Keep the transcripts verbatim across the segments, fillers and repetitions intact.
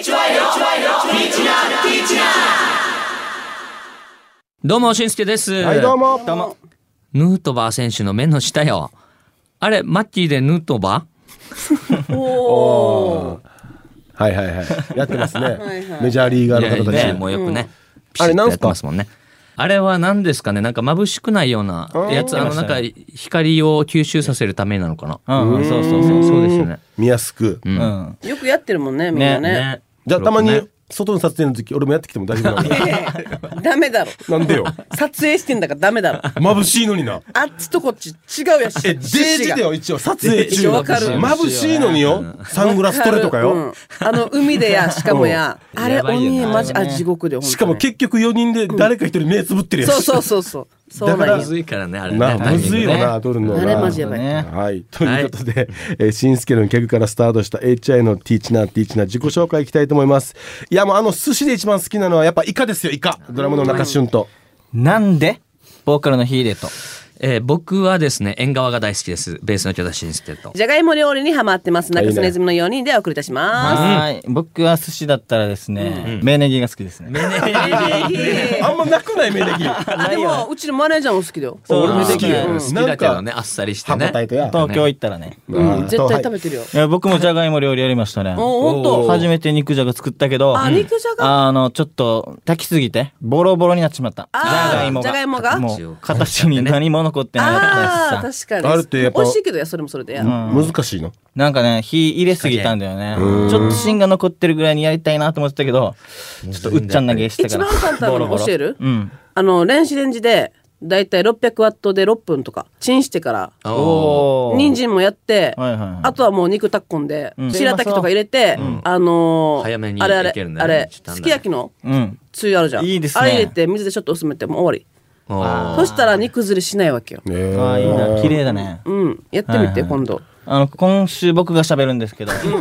エイチワイ のティーチナーティーチナー。 どうもしんすけです。 はいどうもどうも。ヌートバー選手の目の下よ。あれマッキーでヌートバーおーはいはいはいやってますねはいはい、 メジャーリーガーの方たち、 ね、もうよくね、うん、ピシあれなんすかッとやってますもんね。あれは何ですかね、なんか眩しくないようなやつ、あのなんか光を吸収させるためなのかな。 うん、 そうそうそうそうですよね。 見やすく、 うん、 よくやってるもんねみんな ね, ね, ねじゃあたまに外の撮影の時俺もやってきても大丈夫なの？ ダメだろ。 なんでよ。 撮影してんだからダメだろ。 眩しいのにな。 あっちとこっち違うやし。 えデージだよ一応撮影中。 わかる。 眩しいのによ。サングラス取れとかよ。 うん、あの海でやしかもや。うん、あれ鬼マジあ地獄で本当に。 しかも結局よにんで誰か一人目つぶってるやつ。 うん、そうそうそうそう。 だからむずいからねあれね。 むずいよな撮るのな。 あれマジやばい。 はいということで、はい、しんすけの客からスタートした エイチアイ のティーチナーティーチナー自己紹介いきたいと思います。いやもうあの寿司で一番好きなのはやっぱイカですよ。イカドラムの中旬と。 なんでボーカルのヒーデと。 えー、僕はですね縁側が大好きです。ベースの巨田紳介とじゃがいも料理にハマってます中曽根泉のよにんでお送りいたします。 はい、僕は寿司だったらですね、うん、芽ネギが好きですね。 芽ネギあんまなくない芽ネギ。 でもうちのマネージャーも好きだよ。 そう俺芽ネギ好きだけどねあっさりしてね。 東京行ったらね、 うん、絶対食べてるよ。 いや僕もじゃがいも料理やりましたね。 本当初めて肉じゃが作ったけど、 あ肉じゃがあのちょっと炊きすぎてボロボロになってしまった。じゃがいもがじゃがいもがもう形に何も残ってなかったです。 あ確かにあれってやっぱ美味しいけどやそれもそれでや、 うん、難しいの。 なんかね火入れすぎたんだよね。ちょっと芯が残ってるぐらいにやりたいなと思ってたけどちょっとうっちゃん投げしてから一番簡単なの教える？ うん、 あの電子レンジでだいたいろっぴゃくワットでろっぷんとかチンしてから人参もやって、はいはいはい、あとはもう肉炊っ込んで、うん、白滝とか入れて、うん、あのー、 早めにあれあれいけるね、 あれすき焼きのつゆあるじゃん、 うん、いいですね。 あれ入れて水でちょっと薄めてもう終わり。そしたら煮崩れしないわけよ。 えー、あいいな綺麗だね。 うんやってみて、はいはい、今度。 あの今週僕が喋るんですけど。 いや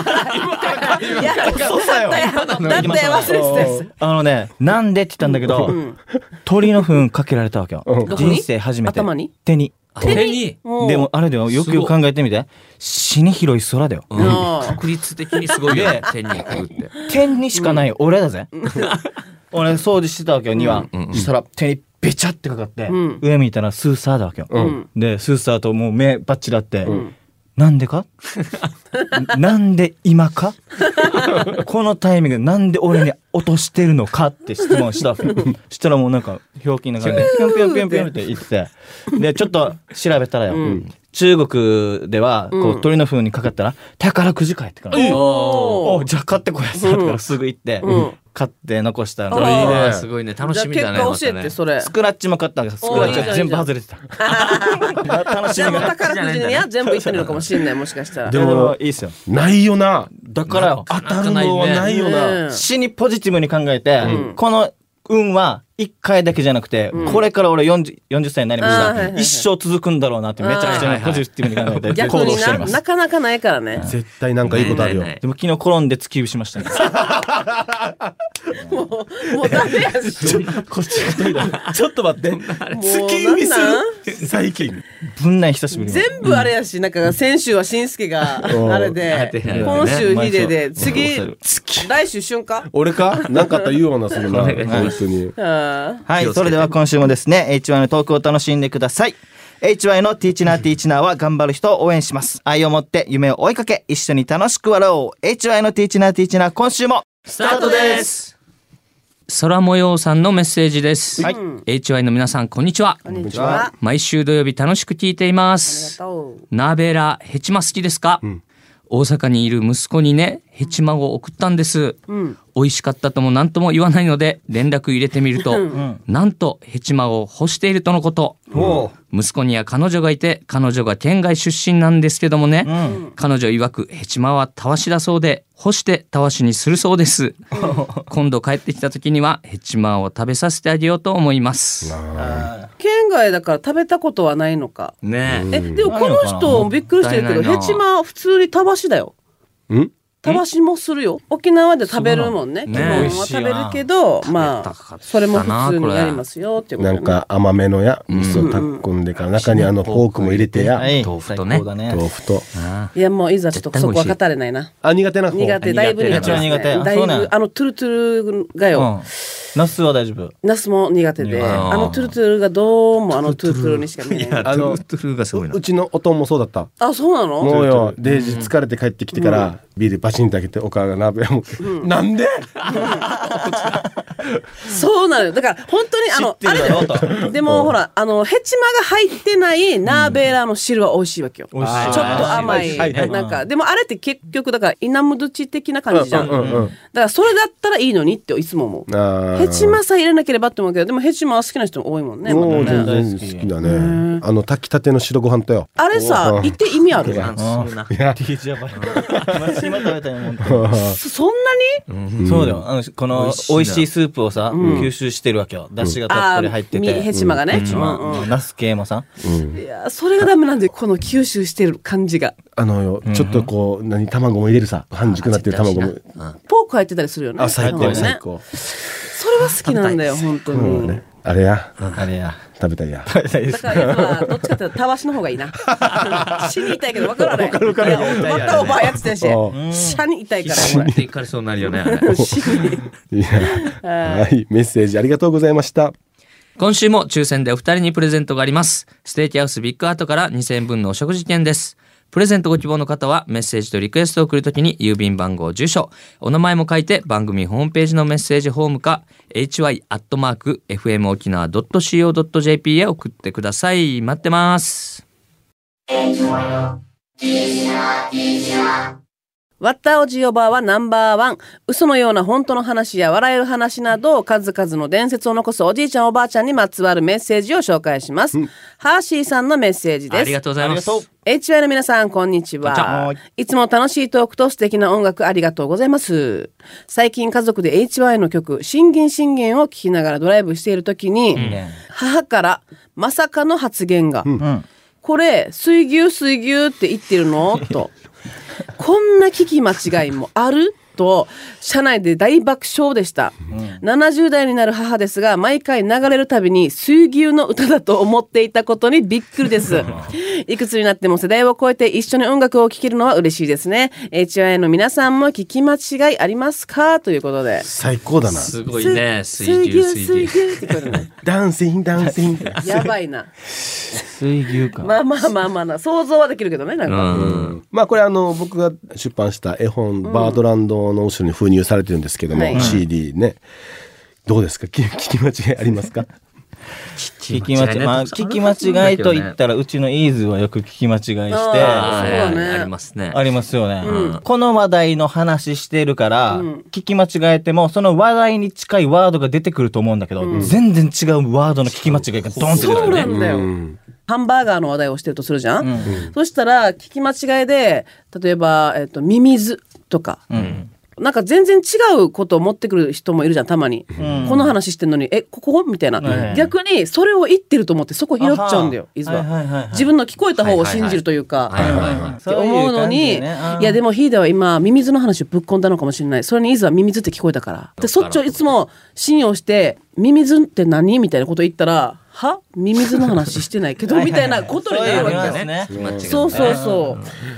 そうだよ。だって忘れてた。 あのねなんでって言ったんだけど、うん、鳥の糞かけられたわけよ。うん、人生初めて。 頭に？ 手に。 手に。 でもあれだよよくよく考えてみて。死に広い空だよ。 うん、確率的にすごいよ。手に来るって。 天にしかない俺だぜ。俺掃除してたわけよ庭。うんうんうん、したら手にべちゃってかかって、うん、上見たらスーサーだわけよ。うん、でスーサーともう目バッチリあって、うん、なんでかなんで今かこのタイミングなんで俺に落としてるのかって質問したわけよ。したらもうなんかひょうきんな感じでピョンピョンピョンピョンって言ってでちょっと調べたらよ、うん、中国ではこう鳥の糞にかかったら宝くじ買えってから、うん、おおじゃあ買ってこいやつだからすぐ行って、うん買って残したの。 いいねすごいね楽しみだね。 じゃあ結果教えてそれ。 スクラッチも買ったんです。スクラッチは全部外れてた。 楽しみが。宝くじには全部いってるのかもしれないもしかしたら。 でもいいっすよ。 ないよな。 だからよ当たるのはないよな。 死にポジティブに考えてこの運はいっかいだけじゃなくて、うん、これから俺 40, よんじゅっさいになりました、はいはいはい、一生続くんだろうなってめちゃくちゃポジティブに考えて行動しております。 なかなかないからね。 絶対なんかいいことあるよ。 ねえねえねえでも昨日転んで突き指しましたね。 もうもうダメやしこっちがちょっと待って突き指する最近ぶんない久しぶりに全部あれやし、なんか先週はしんすけがあれで今週ヒデで次来週瞬間俺かなんかあったら言うようなそのな本当に。 はいそれでは今週もですね エイチワイ のトークを楽しんでください。 エイチワイ のティーチナーティーチナーは頑張る人を応援します。愛を持って夢を追いかけ一緒に楽しく笑おう。 エイチワイ のティーチナーティーチナー今週もスタートです。空模様さんのメッセージです、はい、エイチワイ の皆さんこんにちは。 こんにちは。 毎週土曜日楽しく聞いています。ナベラヘチマ好きですか、うん、大阪にいる息子にねヘチマを送ったんです、うん、美味しかったとも何とも言わないので連絡入れてみると、うん、なんとヘチマを干しているとのこと、うん、息子には彼女がいて彼女が県外出身なんですけどもね、うん、彼女曰くヘチマはたわしだそうで干してたわしにするそうです、うん、今度帰ってきた時にはヘチマを食べさせてあげようと思います。 県外だから食べたことはないのかね。 えでもこの人びっくりしてるけどヘチマ普通にたわしだよ。 んたわしもするよ。沖縄で食べるもんね。基本は食べるけど、まあそれも普通にやりますよっていうこと。 なんか甘めのや味噌たっこんでから中にあのポークも入れてや、 豆腐とね。 豆腐と。 いやもういざちょっとそこは語れないな。 あ、苦手な方。 苦手、だいぶ苦手。 苦手。 だいぶあのトゥルトゥルがよ。 ナスは大丈夫。 ナスも苦手で、あのトゥルトゥルがどうもあのトゥルトゥルにしか見えない。 あのトゥルトゥルがすごいな。 うちのおとんもそうだった。 あ、そうなの？ もうよ、デイジ疲れて帰ってきてからビールバチンと開けてお母が鍋をなんで？ そうなのよ。だから本当にあのあれだよ。でもほらあのヘチマが入ってないナーベーラの汁は美味しいわけよ。ちょっと甘いなんかでもあれって結局だからイナムドチ的な感じじゃん。だからそれだったらいいのにっていつも思う。ヘチマさえ入れなければって思うけど、でもヘチマは好きな人も多いもんね。 もう全然好きだね。あの炊きたての白ご飯とよ。 あれさ言って意味ある？ いや、 今食べたよ本当に。 そんなに？そうだよ。あのこの美味しいスープをさ吸収してるわけよ。出汁がたっぷり入ってて。 ヘチマがね。 ナス系もさ。 いやそれがダメなんで、この吸収してる感じが。 あのよちょっとこう何卵も入れるさ、半熟なってる卵も。 ポーク入ってたりするよね。 あ、最高最高。 それは好きなんだよ本当に。 あれやあれや食べたいや。 だからまあどっちかっていうとたわしの方がいいな。死に痛いけど分からない。分かる分かる。またおばあやってたし、シャに痛いから。 死んでいかれそうになるよね。 いや、はい、メッセージありがとうございました。 今週も抽選でお二人にプレゼントがあります。ステーキハウスビッグアートからにせんえんぶんのお食事券です。プレゼントご希望の方はメッセージとリクエストを送るときに郵便番号、住所、お名前も書いて番組ホームページのメッセージフォームか エイチワイ アットマーク エフエム 沖縄 ドット シーオー ドット ジェーピー へ送ってください。待ってます。 ワッターおじおばあはナンバーワン。嘘のような本当の話や笑える話など数々の伝説を残すおじいちゃんおばあちゃんにまつわるメッセージを紹介します。うん、ハーシーさんのメッセージです。 ありがとうございます。 エイチワイ の皆さんこんにちは。いつも楽しいトークと素敵な音楽ありがとうございます。最近家族で エイチワイ の曲信玄信玄を聴きながらドライブしている時に、うん、母からまさかの発言が、うん、これ水牛水牛って言ってるのとこんな聞き間違いもあると車内で大爆笑でした、うん、ななじゅう代になる母ですが毎回流れるたびに水牛の歌だと思っていたことにびっくりですいくつになっても世代を超えて一緒に音楽を聴けるのは嬉しいですね。 エイチワイ の皆さんも聞き間違いありますかということで。 最高だな。 すごいね。 水牛水牛って聞こえるねダンシンダンシンやばいな水牛か。 まあまあまあまあな想像はできるけどねなんか、うん、 まあこれあの僕が出版した絵本、うん、バードランドの後ろに封入されてるんですけども、はい、シーディー ね、どうですか、聞き間違いありますか？ 聞き間違い、まあ、聞き間違いと言ったらうちのイーズはよく聞き間違いして、 あ, そうね、ありますね。 ありますよね、 うん、 この話題の話してるから、うん、聞き間違えてもその話題に近いワードが出てくると思うんだけど、うん、全然違うワードの聞き間違いがドンって出てくるね。 そうなんだよ、うん、ハンバーガーの話題をしてるとするじゃん、うん、そしたら聞き間違いで例えば、えっと、ミミズとか、うんなんか全然違うことを持ってくる人もいるじゃんたまに、うん、この話してんのにえここみたいな、はい、逆にそれを言ってると思ってそこ拾っちゃうんだよいずは、はいはいはいはい、自分の聞こえた方を信じるというかって思うのに、ね、いやでもヒーダは今ミミズの話をぶっ込んだのかもしれない。それにいずはミミズって聞こえたからでそっちをいつも信用してミミズって何みたいなこと言ったらはミミズの話してないけどみたいなことになるわけね。そうそうそう。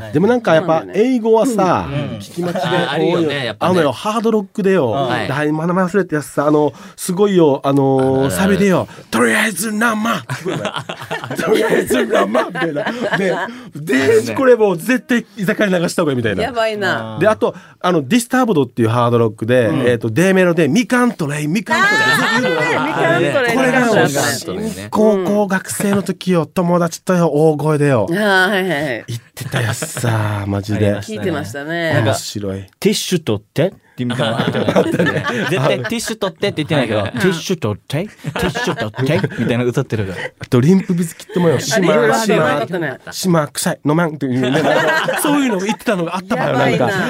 でもなんかやっぱ英語はさ、聞き間違い多いよ。あのよハードロックでよ。だいまだ忘れてやつさあのすごいよあのサビでよ。とりあえず生。とりあえず生みたいな。ででこれもう絶対居酒屋に流した方がいいみたいな。 やばいな。 であとあのディスターブドっていうハードロックでえっと D メロでミカントレイミカントレイ。 ミカントレイ。 これが高校学生の時よ友達とよ大声でよ、 うん、あはいはい、 言ってたやつさマジで聞いてましたね。 面白い。 ティッシュ取ってってみたいな絶対ティッシュ取ってって言ってないけどティッシュ取ってティッシュ取ってみたいな歌ってるから。 あとリンプビズキットもよ島島島臭い飲まんっていうねそういうのを言ってたのがあったわよ。なんか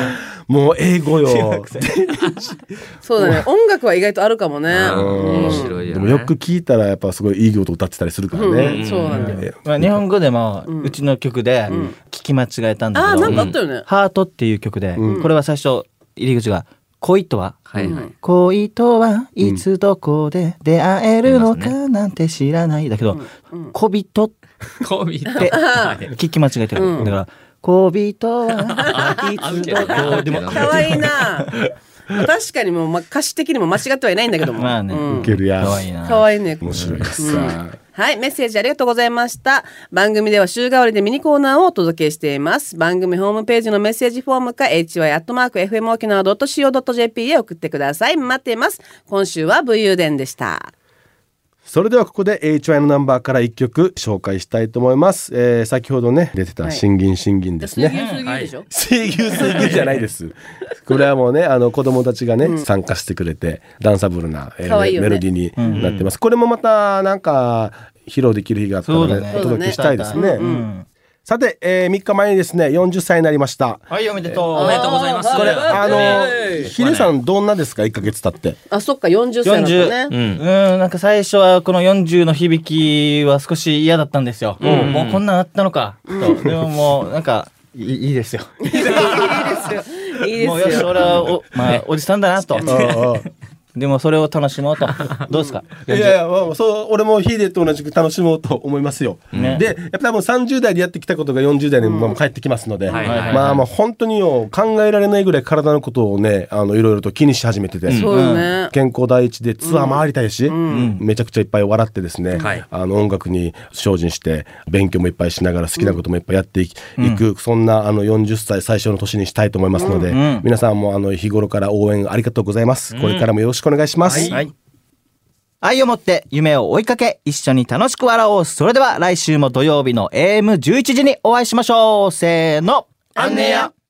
もう英語よそうだね音楽は意外とあるかもね。 面白いよね。 でもよく聞いたらやっぱすごいいいこと歌ってたりするからね、 うん、そうなんだよ、 まあ、日本語でもうちの曲で聞き間違えたんだけど、 あなんかあったよね、 ハートっていう曲で、 うん、 これは最初入り口が恋とは、 はいはい、 恋とはいつどこで出会えるのかなんて知らないだけど、うんうん、小人って聞き間違えてる、うん、だから小人はいつどこでもかわいいな確かにもう、ま、歌詞的にも間違ってはいないんだけどもまあね、うん、 ウケるやかわいいなかわいいね面白いさ、うん、 はいメッセージありがとうございました。番組では週替わりでミニコーナーをお届けしています。番組ホームページのメッセージフォームか エイチワイ アットマーク エフエム 沖縄 ドット シーオー ドット ジェーピー へ送ってください。待っています。今週は武勇伝でした。 それではここで エイチワイ のナンバーからいっきょく紹介したいと思います、えー、先ほどね出てた新銀新銀ですね、 はい、水牛水牛でしょ、 水牛水牛じゃないですこれはもうねあの子供たちがね、うん、参加してくれてダンサブルな、えーね、メロディーになってます、うん、これもまたなんか披露できる日があったら、ねね、お届けしたいですね、うん、さて、えー、みっかまえにですねよんじゅっさいになりました。 はいおめでとうおめでとうございます。 これあのヒデさんどんなですかいっかげつ経って。 あそっかよんじゅっさいだったね。 うん、うんなんか最初はこのよんじゅうの響きは少し嫌だったんですよ、うん、もうこんなんあったのかとでももうなんかい い, いいですよいいですよいいですよもうよし俺は お,、まあ、おじさんだなとでもそれを楽しもうとどうですか。 いやいや、まあ、そう俺もヒデと同じく楽しもうと思いますよ、ね、でやっぱ多分さんじゅう代でやってきたことがよんじゅう代にも返ってきますので、まあまあ本当によ考えられないぐらい体のことをねあのいろいろと気にし始めてて、 そうね、 健康第一でツアー回りたいし、うん、めちゃくちゃいっぱい笑ってですね、はい、あの音楽に精進して勉強もいっぱいしながら好きなこともいっぱいやってい く,、うん、そんなあのよんじゅっさい最初の年にしたいと思いますので、うんうん、皆さんもあの日頃から応援ありがとうございます、うん、これからもよろしくお願いします、 はい、愛を持って夢を追いかけ一緒に楽しく笑おう。それでは来週も土曜日の エーエムじゅういち 時にお会いしましょう。せーの、 アンネや。